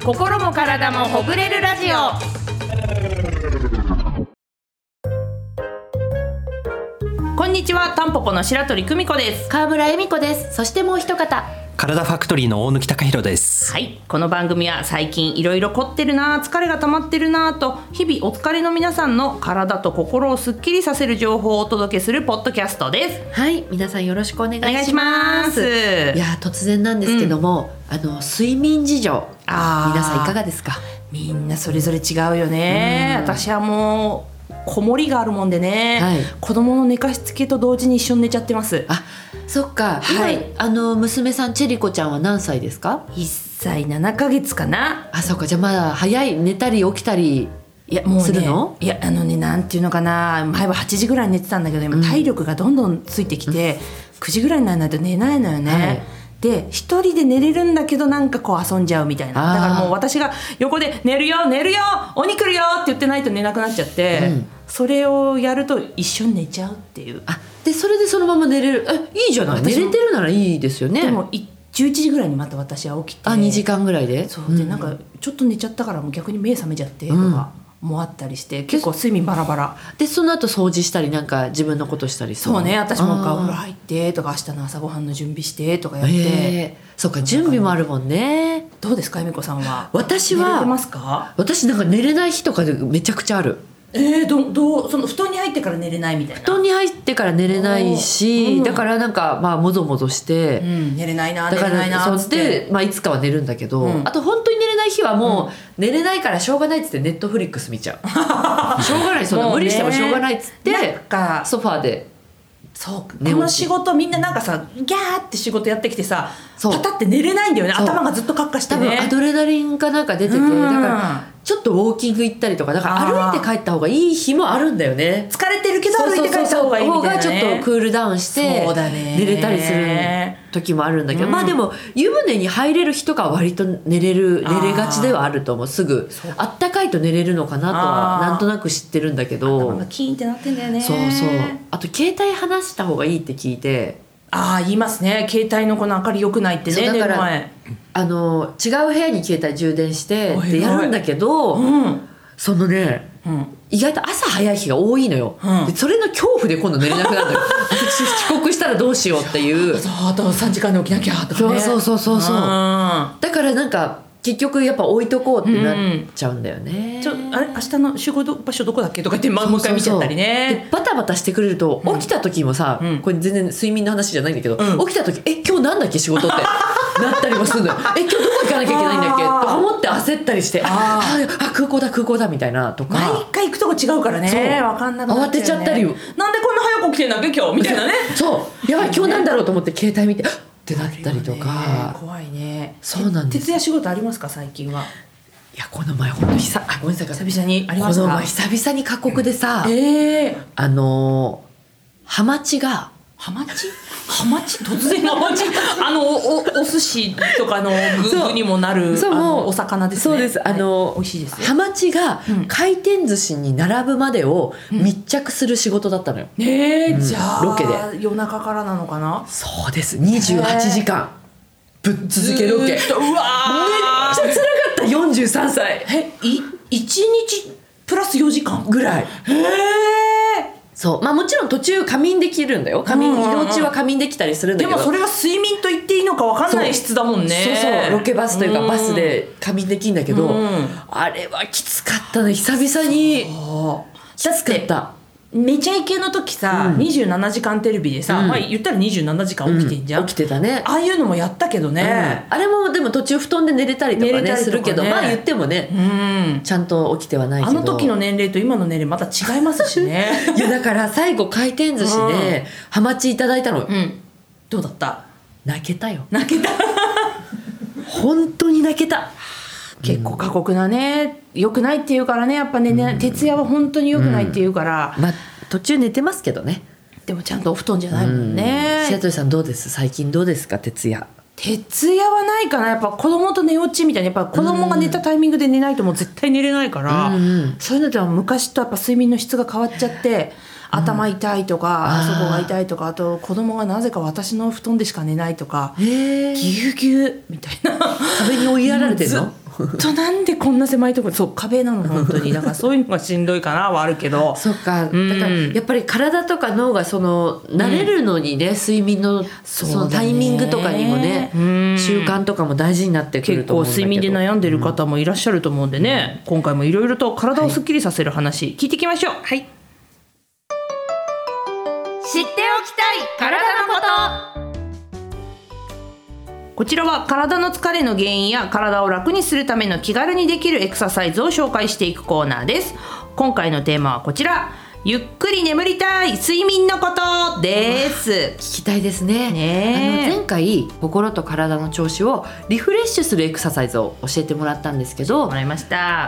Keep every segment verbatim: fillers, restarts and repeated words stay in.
心も体もほぐれるラジオ。こんにちは、タンポポの白鳥久美子です。 川村恵美子です。そしてもう一方、 体ファクトリーの大貫貴弘です。 はい、この番組は最近いろいろ凝ってるな、疲れが溜まってるなと日々お疲れの皆さんの体と心をすっきりさせる情報をお届けするポッドキャストです。 はい、皆さんよろしくお願いします。 お願いします。 いや突然なんですけども、うん、あの睡眠事情、 あ皆さんいかがですか？ みんなそれぞれ違うよね。私はもう子守があるもんでね、はい、子供の寝かしつけと同時に一緒に寝ちゃってます。 あ、そっか、 はい、 今あの娘さんチェリコちゃんは何歳ですか？ いっさいななかげつかな。 あ、そっか、じゃあまだ早い。寝たり起きたりいやもう、ね、 するの？ いやあのね、なんていうのかな、前ははちじぐらいに寝てたんだけど今体力がどんどんついてきて、うん、くじぐらいにならないと寝ないのよね、はい。で一人で寝れるんだけどなんかこう遊んじゃうみたいな。だからもう私が横で寝るよ寝るよ鬼来るよって言ってないと寝なくなっちゃって、うん、それをやると一緒に寝ちゃうっていう。 あ、でそれでそのまま寝れる。え、いいじゃない。寝れてるならいいですよね。 でもじゅういちじぐらいにまた私は起きて、 あ、にじかんぐらいで。 そうで、なんかちょっと寝ちゃったからもう逆に目覚めちゃってとかもあったりして、うん、結構睡眠バラバラで、その後掃除したりなんか自分のことしたりする。 そうね、私もお風呂入ってとか明日の朝ごはんの準備してとかやって、えー、 そうか、準備もあるもんね。 どうですか、恵美子さんは？ 私は寝れてますか？ 私なんか寝れない日とかでめちゃくちゃある。 えー、どどうその布団に入ってから寝れないみたいな。 布団に入ってから寝れないし、うん、だからなんかまあもぞもぞして、うん、 寝れないな寝れないなっつって、 まあ、いつかは寝るんだけど、うん、あと本当に寝れない日はもう、うん、寝れないからしょうがないっつってネットフリックス見ちゃうしょうがない、そんな無理してもしょうがないっつってなんかソファーで。 そう、この仕事みんななんかさギャーって仕事やってきてさパタって寝れないんだよね。頭がずっとカッカしてね。 多分アドレナリンかなんか出てて、だからちょっとウォーキング行ったりとか、だから歩いて帰った方がいい日もあるんだよね。 疲れてるけど歩いて帰った方がいいみたいなね。 そうそうそう、方がちょっとクールダウンして寝れたりする時もあるんだけど、うん、まあでも湯船に入れる日とかは割と寝れる寝れがちではあると思う。すぐあったかいと寝れるのかなとはなんとなく知ってるんだけど、 頭がキーンってなってんだよね。 そうそう。あと携帯離した方がいいって聞いて。 ああ、言いますね。携帯のこの明かり良くないってね。 だから前あの違う部屋に携帯充電してってやるんだけど、うん、そのね、うん、意外と朝早い日が多いのよ、うん、でそれの恐怖で今度寝れなくなるのよ遅刻したらどうしようっていう。 そう、あとさんじかんで起きなきゃとかね。 そうそうそうそう、うん、だからなんか結局やっぱ置いとこうってなっちゃうんだよね、うん、ちょあれ明日の集合場所どこだっけとかってもう一回見ちゃったりね。 でバタバタしてくれると起きた時もさ、うん、これ全然睡眠の話じゃないんだけど、うん、起きた時え今日なんだっけ仕事ってなったりもするのよえ今日どこ行かなきゃいけないんだっけと思って焦ったりしてああ空港だ空港だみたいなとか。 毎回行くとこ違うからね。分かんなくなっちゃう、ね、 慌てちゃったり。なんでこんな早く起きてんだっけ今日みたいなね。 そうやばい今日なんだろうと思って携帯見てってなったりとか。 怖いね。 そうなんです。 徹夜仕事ありますか最近は？ いやこの前本当久あごめんなさい久々にありましたか？ この前久々に過酷でさ、 うん、えー、 あのハマチがハマチハマチ突然ハマチあの お, お, お寿司とかの具にもなるあのお魚ですね。 そうです。あの、 はい、美味しいですよ。 ハマチが回転寿司に並ぶまでを密着する仕事だったのよ、 うん、えーうん、じゃあロケで夜中からなのかな。 そうですにじゅうはちじかんぶっ続けロケ。うわめっちゃ辛かった。よんじゅうさんさいえいいちにちプラスよじかんぐらい。へえ。 そう、まあ、もちろん途中仮眠できるんだよ。仮眠、うんうんうん、移動中は仮眠できたりするんだけど、 でもそれは睡眠と言っていいのか分かんない質だもんね。 そうそうそう、ロケバスというかバスで仮眠できるんだけど、うん、あれはきつかったね。久々にきつかった。 めちゃイケの時さ、うん、にじゅうななじかんテレビでさ、うん、まあ、言ったらにじゅうななじかん起きてんじゃん、 うん、起きてたね。 ああいうのもやったけどね、 うん、あれもでも途中布団で寝れたりとか ね, ねするけど、まあ言ってもね、うん、ちゃんと起きてはないけど、 あの時の年齢と今の年齢また違いますしねいやだから最後回転寿司でハマチいただいたの、うん、 どうだった？ 泣けたよ。 泣けた本当に泣けた。 結構過酷なね、良くないっていうからねやっぱね、うん、徹夜は本当に良くないっていうから、 うん、まあ途中寝てますけどね。 でもちゃんとお布団じゃないもんね。 白鳥さんどうです？最近どうですか？徹夜。 徹夜はないかな。やっぱ子供と寝落ちみたいな、やっぱ子供が寝たタイミングで寝ないともう絶対寝れないから、うんうん、そういうのでは昔とやっぱ睡眠の質が変わっちゃって、うん、頭痛いとかあそこが痛いとか、あと子供がなぜか私の布団でしか寝ないとか、ぎゅうぎゅうみたいな壁に追いやられてるのとなんでこんな狭いところ、そう壁なの本当にだからそういうのがしんどいかなはあるけどそっか、 うん、 だからやっぱり体とか脳がその慣れるのにね、うん、睡眠のそのタイミングとかにもね、うん、習慣とかも大事になってくると思うんだけど、 結構睡眠で悩んでる方もいらっしゃると思うんでね、うん、今回もいろいろと体をすっきりさせる話、はい、聞いていきましょう。はい、知っておきたい体のこと。こちらは体の疲れの原因や体を楽にするための気軽にできるエクササイズを紹介していくコーナーです。今回のテーマはこちら、ゆっくり眠りたい睡眠のことです。 聞きたいですね。ね、あの前回心と体の調子をリフレッシュするエクササイズを教えてもらったんですけど、 もらいました。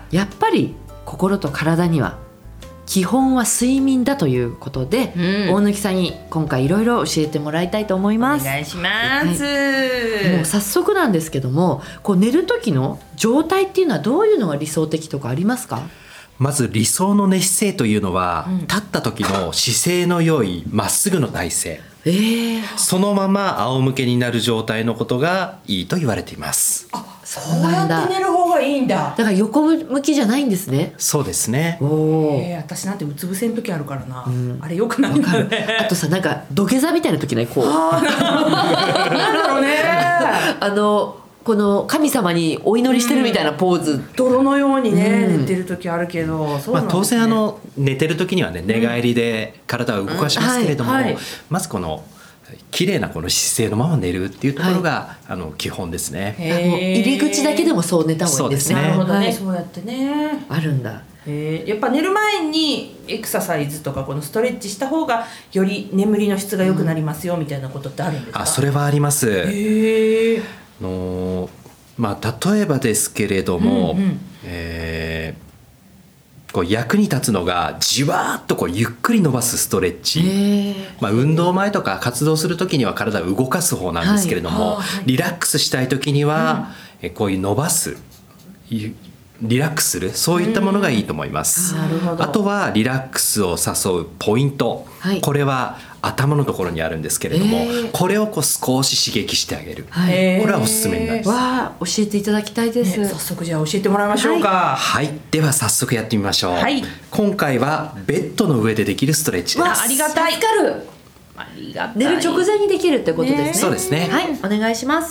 やっぱり心と体には基本は睡眠だということで、うん、大貫さんに今回いろいろ教えてもらいたいと思います。 お願いします、 はい、もう早速なんですけども、こう寝る時の状態っていうのはどういうのが理想的とかありますか？ まず理想の寝姿勢というのは、うん、立った時の姿勢の良いまっすぐの体勢、えー、そのまま仰向けになる状態のことがいいと言われています。 あ、そうやって寝る方がいいんだ。 だから横向きじゃないんですね。 そうですね。 おえー、私なんてうつ伏せの時あるからな、うん、あれよくないんだね。 あとさ、なんか土下座みたいな時ね、こうあなんだろうねあのこの神様にお祈りしてるみたいなポーズ、うん、 泥のようにね、うん、寝てる時あるけど、そうなんですね。 まあ、当然あの寝てる時にはね、寝返りで体を動かしますけれども、うんはいはい、まずこの綺麗なこの姿勢のまま寝るっていうところが、はい、あの基本ですね。 入り口だけでもそう寝た方がいいですね。 なるほどね、はい、そうやってねあるんだ。 へやっぱ寝る前にエクササイズとかこのストレッチした方がより眠りの質が良くなりますよ、みたいなことってあるんですか？ あ、それはあります。 へえ。 のまあ、例えばですけれども、うんうん、えー、こう役に立つのがじわーっとこうゆっくり伸ばすストレッチ、まあ、運動前とか活動する時には体を動かす方なんですけれども、はい、リラックスしたい時には、うん、こういう伸ばすリラックスする、そういったものがいいと思います。 なるほど。 あとはリラックスを誘うポイント、はい、これは頭のところにあるんですけれども、これをこう少し刺激してあげる、はい、これはおすすめになります。 わー、教えていただきたいです、 ね、早速じゃあ教えてもらいましょうか。 はい、はい、では早速やってみましょう、はい、今回はベッドの上でできるストレッチです。 わ、ありがたい。 助かる。ありがたい。寝る直前にできるってことですね。 そうですね。 はい、お願いします。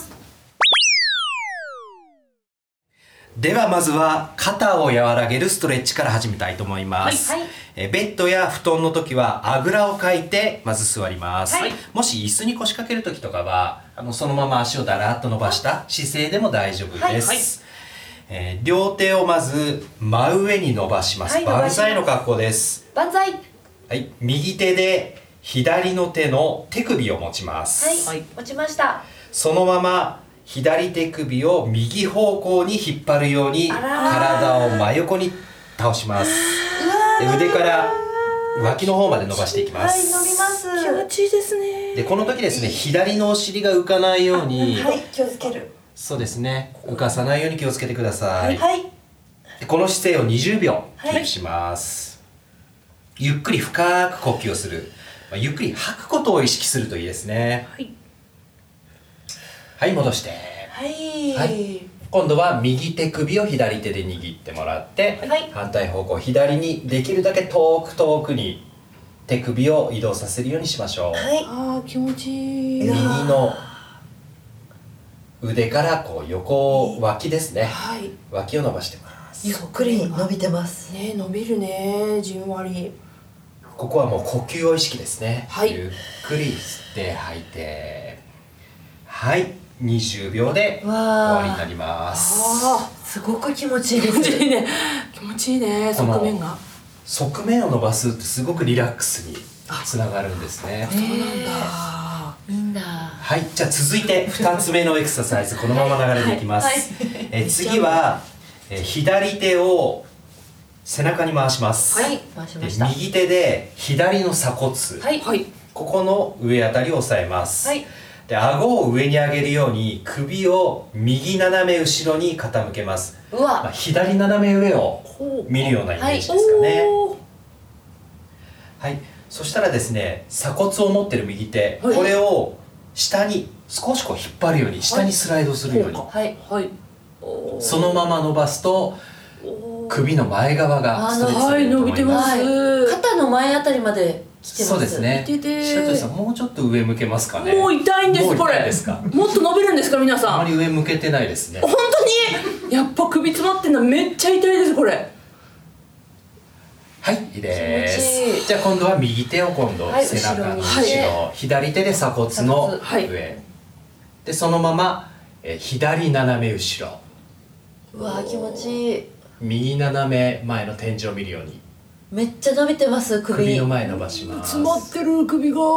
ではまずは肩を和らげるストレッチから始めたいと思います、はいはい、えベッドや布団の時はあぐらをかいてまず座ります、はい、もし椅子に腰掛ける時とかはあのそのまま足をだらっと伸ばした姿勢でも大丈夫です、はいはい、えー、両手をまず真上に伸ばします、はい、万歳の格好です。 万歳。 はい、右手で左の手の手首を持ちます。 はい、持ちました。 そのまま左手首を右方向に引っ張るように体を真横に倒します。腕から脇の方まで伸ばしていきます。 はい、伸びます。 気持ちいいですね。 でこの時ですね、左のお尻が浮かないように、 はい、気をつける。 そうですね、浮かさないように気をつけてください。 はい、 でこの姿勢をにじゅうびょうキープします、はい、ゆっくり深く呼吸をする、まあ、ゆっくり吐くことを意識するといいですね。はい、はい、戻して、 はい、 はい、今度は右手首を左手で握ってもらって、はい、反対方向左にできるだけ遠く遠くに手首を移動させるようにしましょう。 はい、 あー気持ちいい。 右の腕からこう横脇ですね、はい、脇を伸ばしてます。 ゆっくり伸びてますね。伸びるね、じんわり。 ここはもう呼吸を意識ですね、 はい、 ゆっくり吸って吐いて、はい、にじゅうびょうで終わりになります。 あ、すごく気持ちいいです。 気持ちいいね、気持ちいいね。側面が側面を伸ばすってすごくリラックスにつながるんですね。 そうなんだ、 いいんだ。 はい、じゃあ続いてふたつめのエクササイズこのまま流れていきます、はいはい、え次はえ左手を背中に回します。 はい、回しました。 右手で左の鎖骨、はい、ここの上あたりを押さえます、はい、で顎を上に上げるように首を右斜め後ろに傾けます。 うわ、 まあ、左斜め上を見るようなイメージですかね。はい、そしたらですね、鎖骨を持ってる右手、はい、これを下に少しこう引っ張るように下にスライドするように、 はいはい、 そのまま伸ばすと首の前側がストレッチされると思います。 はい、伸びてます。肩の前あたりまで来てます。 そうですね。 見てて白鳥さんもうちょっと上向けますかね。 もう痛いんですこれ。 もう痛いですか。 もっと伸びるんですか皆さん。 あまり上向けてないですね。 本当にやっぱ首詰まってんのめっちゃ痛いですこれ。 はい、いいです。じゃあ今度は右手を今度背中の後ろ、はい、左手で鎖骨の上、はい、でそのままえ左斜め後ろ。 うわ気持ちいい。 右斜め前の天井を見るように。 めっちゃ伸びてます首。 首の前伸ばします。 詰まってる首が。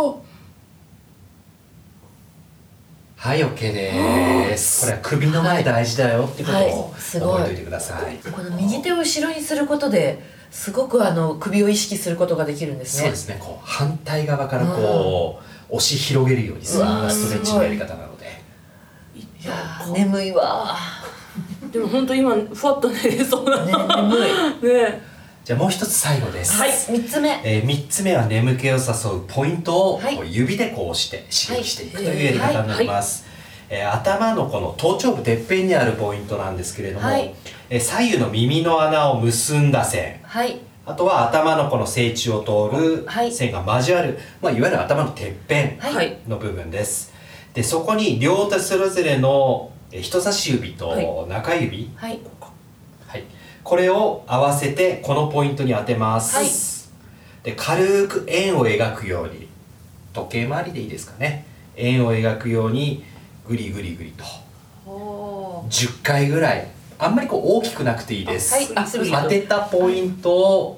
はい、OK です。これは首の前大事だよってことを覚えておいてください。はい、 この右手を後ろにすることですごくあの首を意識することができるんですね。 そうですね。こう反対側からこう押し広げるようにするのがストレッチのやり方なので。 いや眠いわ。 でも本当今ふわっと寝れそうな。 ね、眠い。 ね。じゃあもう一つ最後です。 はい、三つ目。 えー、三つ目は眠気を誘うポイントをこう指でこう押して刺激していくというやり方になります。はいはいはい、えー、頭のこの頭頂部てっぺんにあるポイントなんですけれども、はい、えー、左右の耳の穴を結んだ線。はい。あとは頭のこの正中を通る線が交わる、まあ、いわゆる頭のてっぺんの部分です。でそこに両手それぞれの人差し指と中指、はいはい、これを合わせてこのポイントに当てます。はい、で軽く円を描くように時計回りでいいですかね、円を描くようにグリグリグリとじゅっかいぐらい、あんまりこう大きくなくていいです。はい、当てたポイントを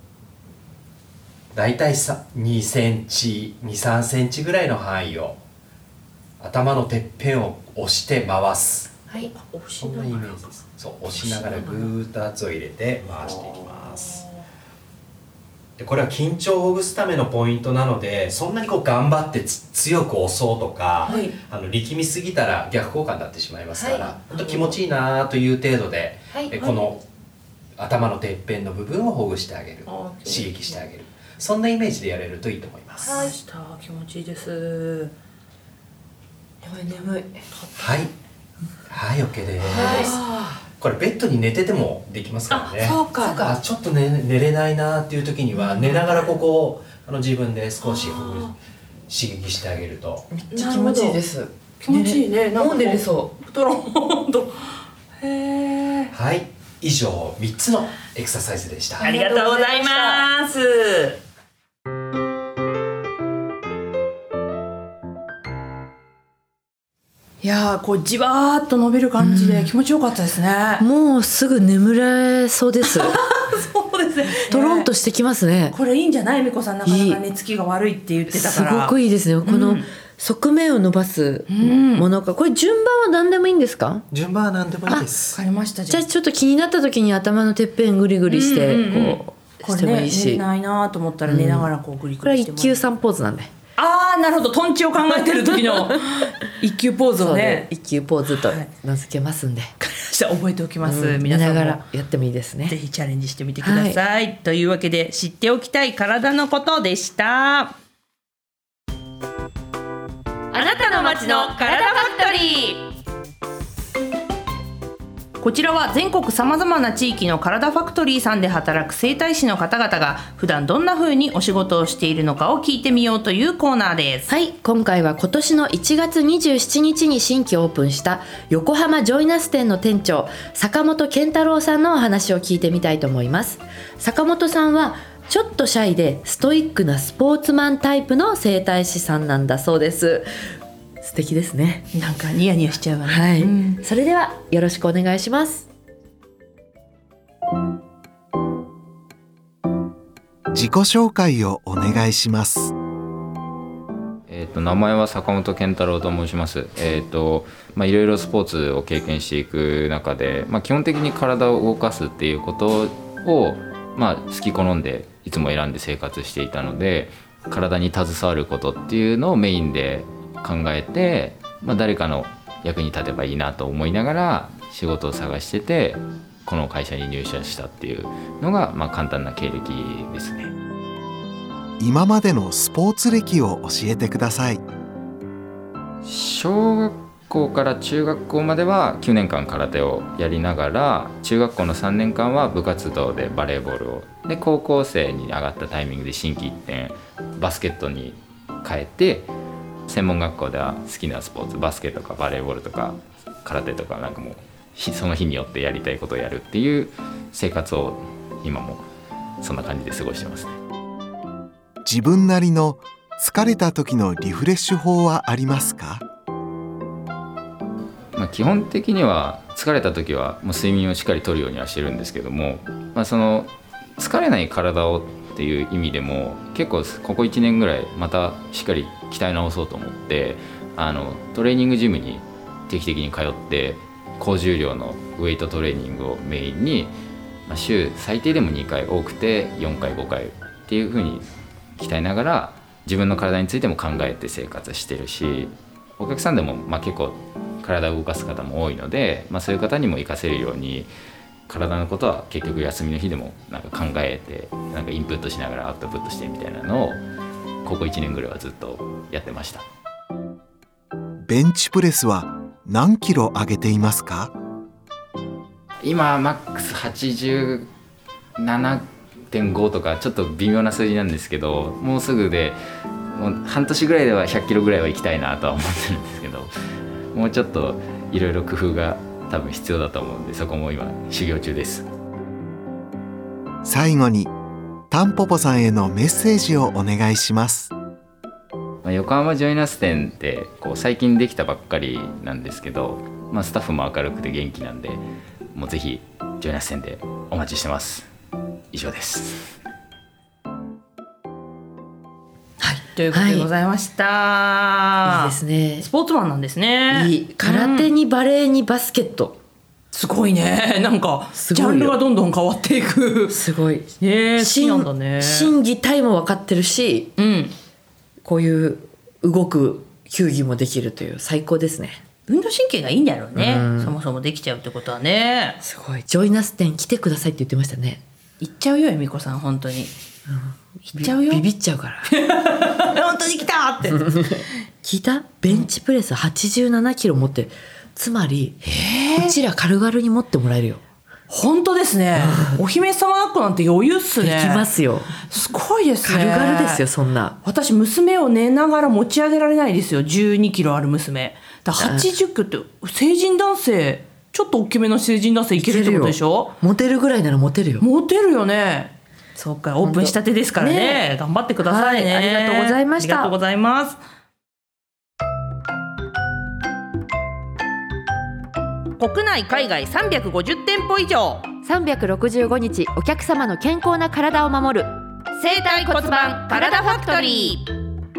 だいたいにセンチにさんセンチぐらいの範囲を頭のてっぺんを押して回す。はい、そんなイメージです。そう、押しながらぐーっと圧を入れて回していきます。でこれは緊張をほぐすためのポイントなので、そんなにこう頑張って強く押そうとか、はい、あの力みすぎたら逆効果になってしまいますから、はい、本当気持ちいいなという程度で、はい、この頭のてっぺんの部分をほぐしてあげる、はい、刺激してあげる、そんなイメージでやれるといいと思います。 はい、気持ちいいです。 眠い眠い。 はい、はい、OK です。これベッドに寝ててもできますからね。 あ、そうか。 あ、ちょっと、ね、寝れないなっていう時には、うん、寝ながらここをあの自分で少し刺激してあげるとめっちゃ気持ちいいです。 気持ちいいね。 飲んでれそう。 トロンと。へえ。 はい、以上みっつのエクササイズでした。 ありがとうございます。いやー、こうじわーっと伸びる感じで気持ちよかったですね。 うん、もうすぐ眠れそうです。 そうですね。 トロンとしてきますね。 これいいんじゃない？みこさんなかなか寝つきが悪いって言ってたから。 すごくいいですね。この側面を伸ばすものか、これ順番は何でもいいんですか？ 順番は何でもいいです。 わかりました。 じゃあちょっと気になった時に頭のてっぺんグリグリしてこうしてもいいし、 これね、寝ないなと思ったら寝ながらこうグリグリしてもらう。 これは一級さんポーズなんで。 ああ、なるほど。トンチを考えてる時の一級ポーズをね、 一級ポーズと名付けますんで、 覚えておきます。 うん、 皆さんも見ながらやってもいいですね。 ぜひチャレンジしてみてください。はい、というわけで知っておきたい体のことでした。あなたの街の体ファクトリー。こちらは全国さまざまな地域の体ファクトリーさんで働く整体師の方々が普段どんな風にお仕事をしているのかを聞いてみようというコーナーです。 はい、今回は今年のいちがつにじゅうしちにちに新規オープンした横浜ジョイナス店の店長坂本健太郎さんのお話を聞いてみたいと思います。坂本さんはちょっとシャイでストイックなスポーツマンタイプの整体師さんなんだそうです。素敵ですね。 なんかニヤニヤしちゃうわね。 はい、うん、それではよろしくお願いします。 自己紹介をお願いします。 えー、と名前は坂本健太郎と申します。えーとまあ、いろいろスポーツを経験していく中で、まあ、基本的に体を動かすっていうことを、まあ、好き好んでいつも選んで生活していたので、体に携わることっていうのをメインで考えて、まあ、誰かの役に立てばいいなと思いながら仕事を探してて、この会社に入社したっていうのが、まあ、簡単な経歴ですね。 今までのスポーツ歴を教えてください。 小学校から中学校まではきゅうねんかん空手をやりながら、中学校のさんねんかんは部活動でバレーボールを、で高校生に上がったタイミングで心機一転バスケットに変えて、専門学校では好きなスポーツ、バスケとかバレーボールとか空手とか、なんかもうその日によってやりたいことをやるっていう生活を今もそんな感じで過ごしてますね。 自分なりの疲れた時のリフレッシュ法はありますか？ まあ、基本的には疲れた時はもう睡眠をしっかりとるようにはしてるんですけども、まあ、その疲れない体をっていう意味でも結構ここいちねんぐらいまたしっかり鍛え直そうと思って、あのトレーニングジムに定期的に通って高重量のウェイトトレーニングをメインに、まあ、週最低でもにかい、多くてよんかいごかいっていう風に鍛えながら自分の体についても考えて生活してるし、お客さんでもまあ結構体を動かす方も多いので、まあ、そういう方にも活かせるように体のことは結局休みの日でもなんか考えて、なんかインプットしながらアウトプットしてみたいなのをここいちねんぐらいはずっとやってました。 ベンチプレスは何キロ上げていますか？ 今マックスはちじゅうななてんご とかちょっと微妙な数字なんですけど、もうすぐでもう半年ぐらいではひゃっキロぐらいは行きたいなとは思ってるんですけど、もうちょっといろいろ工夫が多分必要だと思うんで、そこも今修行中です。 最後にタンポポさんへのメッセージをお願いします。 まあ、横浜ジョイナス店ってこう最近できたばっかりなんですけど、まあ、スタッフも明るくて元気なんで、もうぜひジョイナス店でお待ちしてます。以上です。 ということでございました、 はい、いいですね。 スポーツマンなんですね。 いい。空手にバレーにバスケット、うん、 すごいね。なんかジャンルがどんどん変わっていく。 すごい、 ね、好きなんだね。 心技体も分かってるし、うん、こういう動く球技もできるという最高ですね。 運動神経がいいんだろうね、うん、そもそもできちゃうってことはね。 すごい。ジョイナス店来てくださいって言ってましたね。 行っちゃうよ恵美子さん、本当に、うん、行っちゃうよ。 ビビっちゃうから本当に来たって聞いた？ベンチプレスはちじゅうななキロ持って、つまりうちら軽々に持ってもらえるよ。 本当ですねお姫様抱っこなんて余裕っすね。 できますよ。 すごいですね。 軽々ですよ。そんな私娘を寝ながら持ち上げられないですよ。じゅうにキロある娘だ。はちじゅっキロって成人男性、ちょっと大きめの成人男性いけるってことでしょ。 モテるぐらいならモテるよ。 モテるよね。そうか、オープンしたてですから ね, ね頑張ってくださいね、 はい、ありがとうございました。 ありがとうございます。国内海外さんびゃくごじゅってんぽ以上、 さんびゃくろくじゅうごにちお客様の健康な体を守る生体骨盤カラダファクトリー。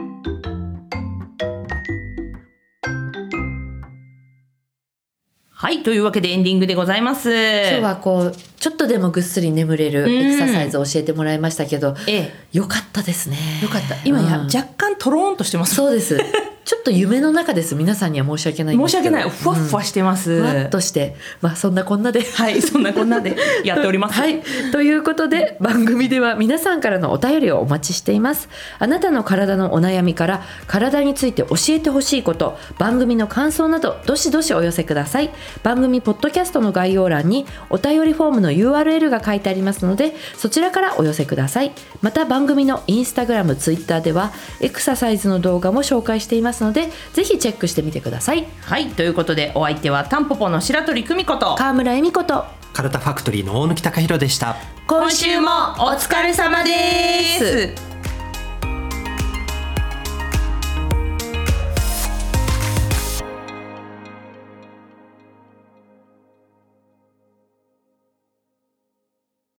はい、というわけでエンディングでございます。 今日はこうちょっとでもぐっすり眠れるエクササイズを教えてもらいましたけど、ええ、よかったですね。 よかった。今や、うん、若干トローンとしてます。 そうですちょっと夢の中です。皆さんには申し訳ないんですけど、 申し訳ない。ふわっふわしてます、 うん、ふわっとして、まあそんなこんなではいそんなこんなでやっておりますはい、ということで番組では皆さんからのお便りをお待ちしています。あなたの体のお悩みから体について教えてほしいこと、番組の感想などどしどしお寄せください。番組ポッドキャストの概要欄にお便りフォームの ユーアールエル が書いてありますので、そちらからお寄せください。また番組のインスタグラム、ツイッターではエクササイズの動画も紹介していますので、ぜひチェックしてみてください。 はい、ということでお相手はタンポポの白鳥久美子と川村恵美子とカラダファクトリーの大貫貴弘でした。 今週もお疲れ様です。